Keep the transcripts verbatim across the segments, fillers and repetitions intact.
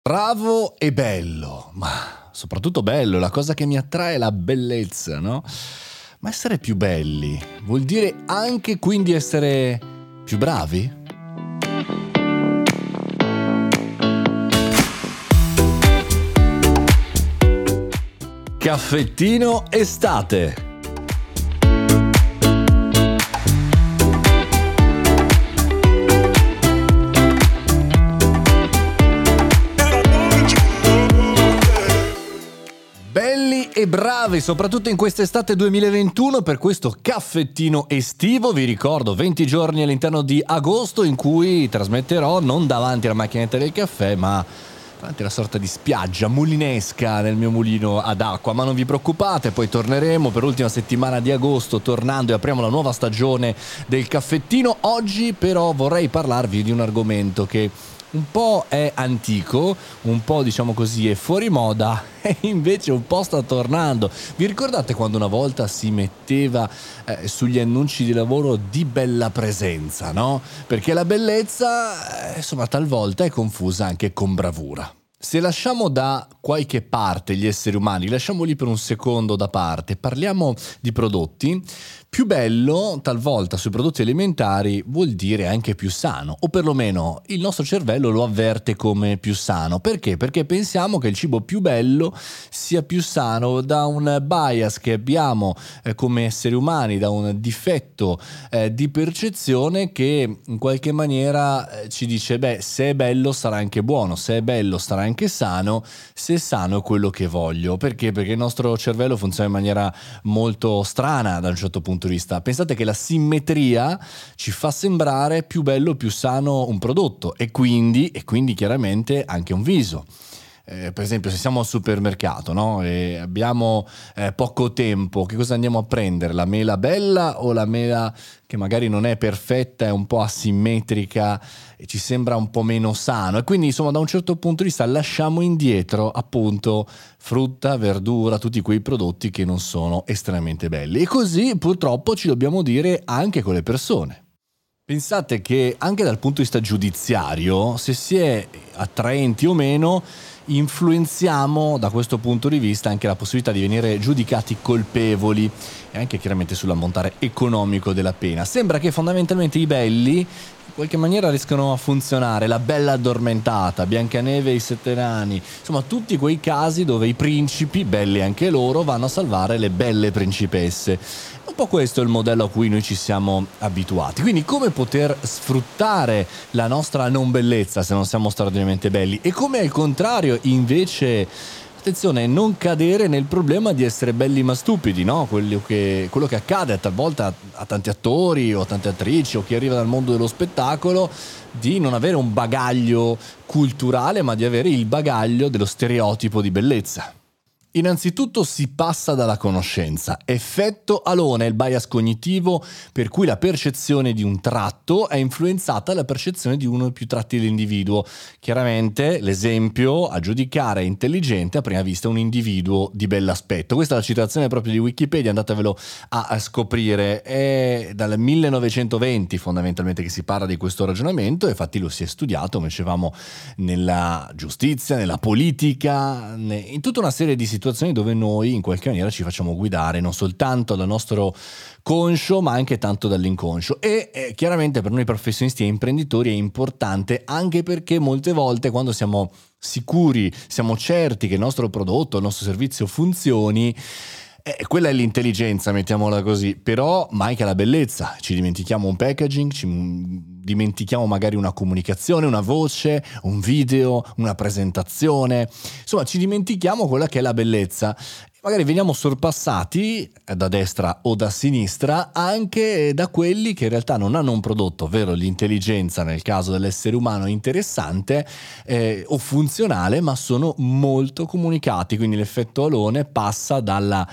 Bravo e bello, ma soprattutto bello, la cosa che mi attrae è la bellezza, no? Ma essere più belli vuol dire anche quindi essere più bravi? Caffettino estate. Belli e bravi, soprattutto in quest'estate duemilaventuno, per questo caffettino estivo. Vi ricordo venti giorni all'interno di agosto in cui trasmetterò non davanti alla macchinetta del caffè, ma davanti alla sorta di spiaggia mulinesca nel mio mulino ad acqua. Ma non vi preoccupate, poi torneremo per l'ultima settimana di agosto, tornando e apriamo la nuova stagione del caffettino. Oggi però vorrei parlarvi di un argomento che un po' è antico, un po' diciamo così è fuori moda e invece un po' sta tornando. Vi ricordate quando una volta si metteva eh, sugli annunci di lavoro di bella presenza, no? Perché la bellezza, eh, insomma, talvolta è confusa anche con bravura. Se lasciamo da qualche parte gli esseri umani, lasciamoli per un secondo da parte, parliamo di prodotti. Più bello, talvolta sui prodotti alimentari, vuol dire anche più sano, o perlomeno il nostro cervello lo avverte come più sano. Perché? Perché pensiamo che il cibo più bello sia più sano, da un bias che abbiamo eh, come esseri umani, da un difetto eh, di percezione che in qualche maniera eh, ci dice, beh, se è bello sarà anche buono, se è bello sarà anche sano, se è sano è quello che voglio. Perché? Perché il nostro cervello funziona in maniera molto strana da un certo punto di vista. Pensate che la simmetria ci fa sembrare più bello, più sano un prodotto e quindi, e quindi chiaramente anche un viso. Eh, per esempio, se siamo al supermercato, no? E abbiamo eh, poco tempo, che cosa andiamo a prendere? La mela bella o la mela che magari non è perfetta, è un po' asimmetrica e ci sembra un po' meno sano? E quindi, insomma, da un certo punto di vista lasciamo indietro appunto frutta, verdura, tutti quei prodotti che non sono estremamente belli. E così purtroppo ci dobbiamo dire anche con le persone. Pensate che anche dal punto di vista giudiziario, se si è attraenti o meno, influenziamo da questo punto di vista anche la possibilità di venire giudicati colpevoli e anche chiaramente sull'ammontare economico della pena. Sembra che fondamentalmente i belli in qualche maniera riescono a funzionare, la bella addormentata, Biancaneve e i sette nani, insomma tutti quei casi dove i principi, belli anche loro, vanno a salvare le belle principesse. Un po' questo è il modello a cui noi ci siamo abituati. Quindi come poter sfruttare la nostra non bellezza se non siamo straordinariamente belli, e come al contrario invece, attenzione, non cadere nel problema di essere belli ma stupidi, no? Quello che, quello che accade talvolta a tanti attori o a tante attrici o chi arriva dal mondo dello spettacolo, di non avere un bagaglio culturale ma di avere il bagaglio dello stereotipo di bellezza. Innanzitutto si passa dalla conoscenza. Effetto alone è il bias cognitivo per cui la percezione di un tratto è influenzata dalla percezione di uno o più tratti dell'individuo. Chiaramente l'esempio a giudicare è intelligente a prima vista un individuo di bell'aspetto. Questa è la citazione proprio di Wikipedia, andatevelo a, a scoprire. È dal millenovecentoventi fondamentalmente che si parla di questo ragionamento, e infatti lo si è studiato, come dicevamo, nella giustizia, nella politica, in tutta una serie di situazioni situazioni dove noi in qualche maniera ci facciamo guidare non soltanto dal nostro conscio ma anche tanto dall'inconscio. E eh, chiaramente per noi professionisti e imprenditori è importante, anche perché molte volte quando siamo sicuri, siamo certi che il nostro prodotto, il nostro servizio funzioni, Eh, quella è l'intelligenza, mettiamola così, però manca la bellezza. Ci dimentichiamo un packaging, ci dimentichiamo magari una comunicazione, una voce, un video, una presentazione, insomma ci dimentichiamo quella che è la bellezza. Magari veniamo sorpassati da destra o da sinistra anche da quelli che in realtà non hanno un prodotto, ovvero l'intelligenza nel caso dell'essere umano interessante eh, o funzionale, ma sono molto comunicati. Quindi l'effetto alone passa dalla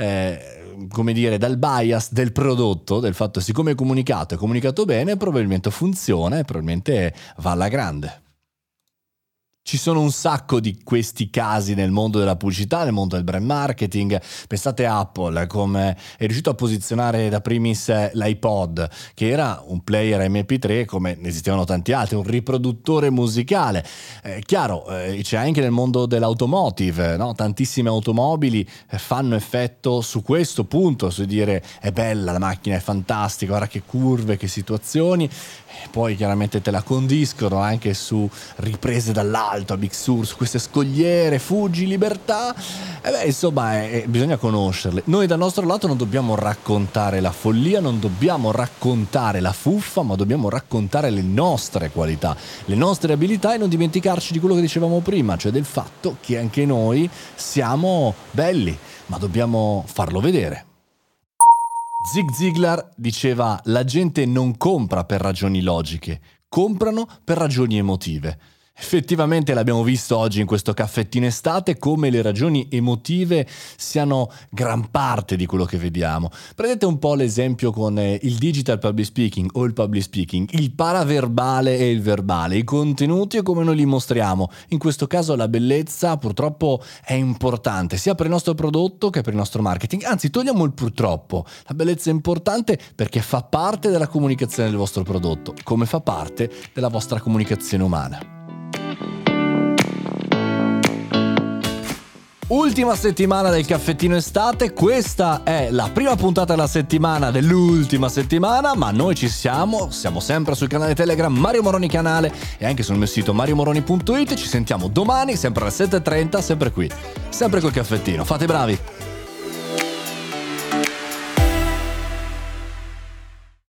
eh, come dire, dal bias del prodotto, del fatto che siccome è comunicato, è comunicato bene, probabilmente funziona e probabilmente va alla grande. Ci sono un sacco di questi casi nel mondo della pubblicità, nel mondo del brand marketing. Pensate a Apple, come è riuscito a posizionare da primis l'iPod, che era un player emme pi tre come ne esistevano tanti altri, un riproduttore musicale. Eh, chiaro, eh, c'è anche nel mondo dell'automotive, no? Tantissime automobili fanno effetto su questo punto, su dire è bella la macchina, è fantastica, guarda che curve, che situazioni. Poi chiaramente te la condiscono anche su riprese dall'alto a Big Sur, su queste scogliere, fuggi, libertà. E beh, insomma, eh, bisogna conoscerle. Noi dal nostro lato non dobbiamo raccontare la follia, non dobbiamo raccontare la fuffa, ma dobbiamo raccontare le nostre qualità, le nostre abilità, e non dimenticarci di quello che dicevamo prima, cioè del fatto che anche noi siamo belli, ma dobbiamo farlo vedere. Zig Ziglar diceva: la gente non compra per ragioni logiche, comprano per ragioni emotive. Effettivamente l'abbiamo visto oggi in questo caffettino estate, come le ragioni emotive siano gran parte di quello che vediamo. Prendete un po' l'esempio con il digital public speaking o il public speaking, il paraverbale e il verbale, i contenuti e come noi li mostriamo. In questo caso la bellezza purtroppo è importante sia per il nostro prodotto che per il nostro marketing. Anzi, togliamo il purtroppo. La bellezza è importante perché fa parte della comunicazione del vostro prodotto, come fa parte della vostra comunicazione umana. Ultima settimana del caffettino estate, questa è la prima puntata della settimana dell'ultima settimana, ma noi ci siamo, siamo sempre sul canale Telegram Mario Moroni Canale e anche sul mio sito mario moroni punto it. Ci sentiamo domani, sempre alle sette e trenta, sempre qui, sempre col caffettino. Fate bravi!